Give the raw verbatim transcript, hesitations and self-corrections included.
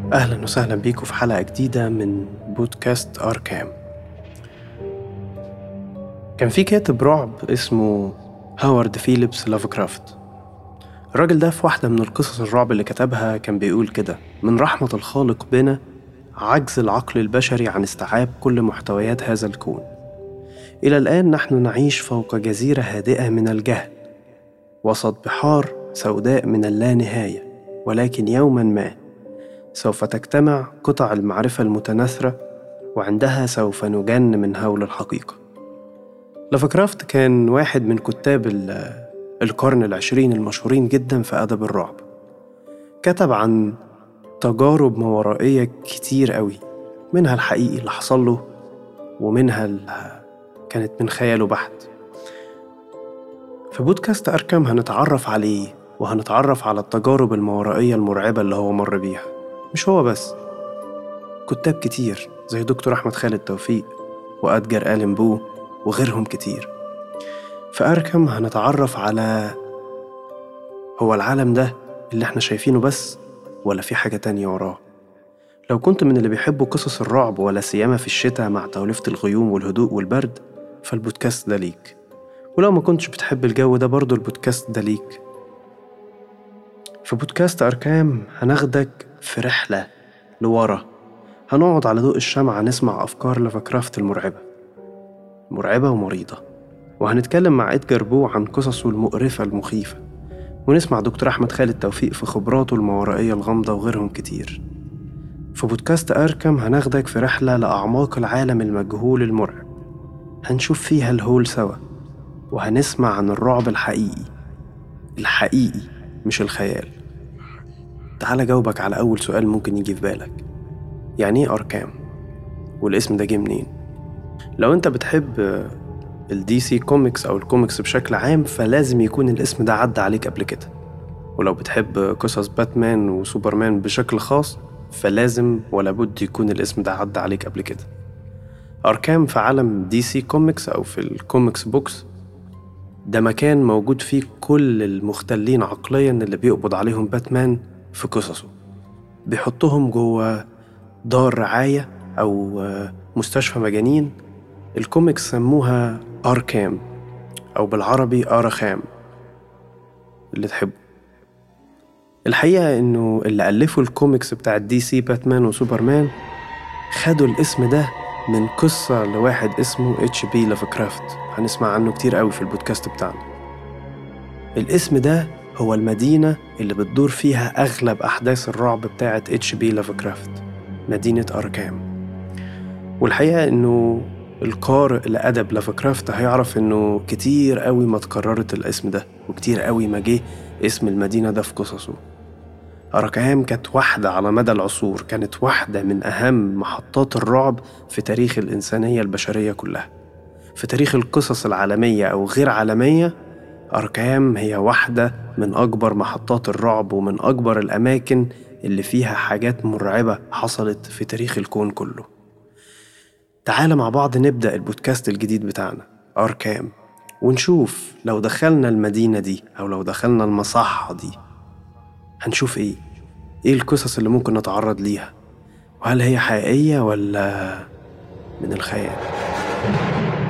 أهلا وسهلا بيكم في حلقة جديدة من بودكاست أركام. كان في كاتب رعب اسمه هاورد فيليبس لافكرافت. الراجل ده في واحدة من القصص الرعب اللي كتبها كان بيقول كده: من رحمة الخالق بنا عجز العقل البشري عن استيعاب كل محتويات هذا الكون. إلى الآن نحن نعيش فوق جزيرة هادئة من الجهل وسط بحار سوداء من اللانهاية، ولكن يوما ما سوف تجتمع قطع المعرفة المتناثرة، وعندها سوف نجن من هول الحقيقة. لافكرافت كان واحد من كتاب القرن العشرين المشهورين جدا في أدب الرعب. كتب عن تجارب ماورائية كتير قوي، منها الحقيقي اللي حصل له ومنها اللي كانت من خياله بحت. في بودكاست أركام هنتعرف عليه وهنتعرف على التجارب الماورائية المرعبة اللي هو مر بيها. مش هو بس، كتاب كتير زي دكتور أحمد خالد توفيق وأدجر آلن بو وغيرهم كتير. في أركام هنتعرف على هو العالم ده اللي احنا شايفينه بس ولا في حاجة تانية وراه. لو كنت من اللي بيحبوا قصص الرعب ولا سيما في الشتاء مع توليفة الغيوم والهدوء والبرد، فالبودكاست ده ليك. ولو ما كنتش بتحب الجو ده برضو البودكاست ده ليك. في بودكاست أركام هناخدك في رحلة لورا، هنقعد على ضوء الشمعة نسمع أفكار لافكرافت المرعبة مرعبة ومريضة، وهنتكلم مع إدجار بو عن قصصه المقرفة المخيفة، ونسمع دكتور أحمد خالد توفيق في خبراته الماورائية الغامضة وغيرهم كتير. في بودكاست أركام هناخدك في رحلة لأعماق العالم المجهول المرعب، هنشوف فيها الهول سوا، وهنسمع عن الرعب الحقيقي الحقيقي مش الخيال. تعال جاوبك على أول سؤال ممكن يجي في بالك: يعني إيه أركام؟ والاسم ده جه منين؟ لو أنت بتحب الدي سي كوميكس أو الكوميكس بشكل عام فلازم يكون الاسم ده عدى عليك قبل كده، ولو بتحب قصص باتمان وسوبرمان بشكل خاص فلازم ولا بد يكون الاسم ده عدى عليك قبل كده. أركام في عالم دي سي كوميكس أو في الكوميكس بوكس ده مكان موجود فيه كل المختلين عقليا اللي بيقبض عليهم باتمان في قصصه، بيحطهم جوه دار رعاية أو مستشفى مجانين. الكوميكس سموها أركام أو بالعربي أرخام، اللي تحبه. الحقيقة إنه اللي ألفوا الكوميكس بتاع دي سي باتمان وسوبرمان خدوا الاسم ده من قصة لواحد اسمه اتش بي لافكرافت، هنسمع عنه كتير قوي في البودكاست بتاعنا. الاسم ده هو المدينة اللي بتدور فيها أغلب أحداث الرعب بتاعة اتش بي لافكرافت، مدينة أركام. والحقيقة إنه القارئ لأدب لافكرافت هيعرف إنه كتير قوي ما تكررت الاسم ده، وكتير قوي ما جه اسم المدينة ده في قصصه. أركام كانت واحدة على مدى العصور، كانت واحدة من أهم محطات الرعب في تاريخ الإنسانية البشرية كلها. في تاريخ القصص العالمية أو غير عالمية، أركام هي واحدة من أكبر محطات الرعب ومن أكبر الأماكن اللي فيها حاجات مرعبة حصلت في تاريخ الكون كله. تعال مع بعض نبدأ البودكاست الجديد بتاعنا أركام، ونشوف لو دخلنا المدينة دي أو لو دخلنا المصحة دي هنشوف إيه؟ إيه القصص اللي ممكن نتعرض ليها؟ وهل هي حقيقية ولا من الخيال؟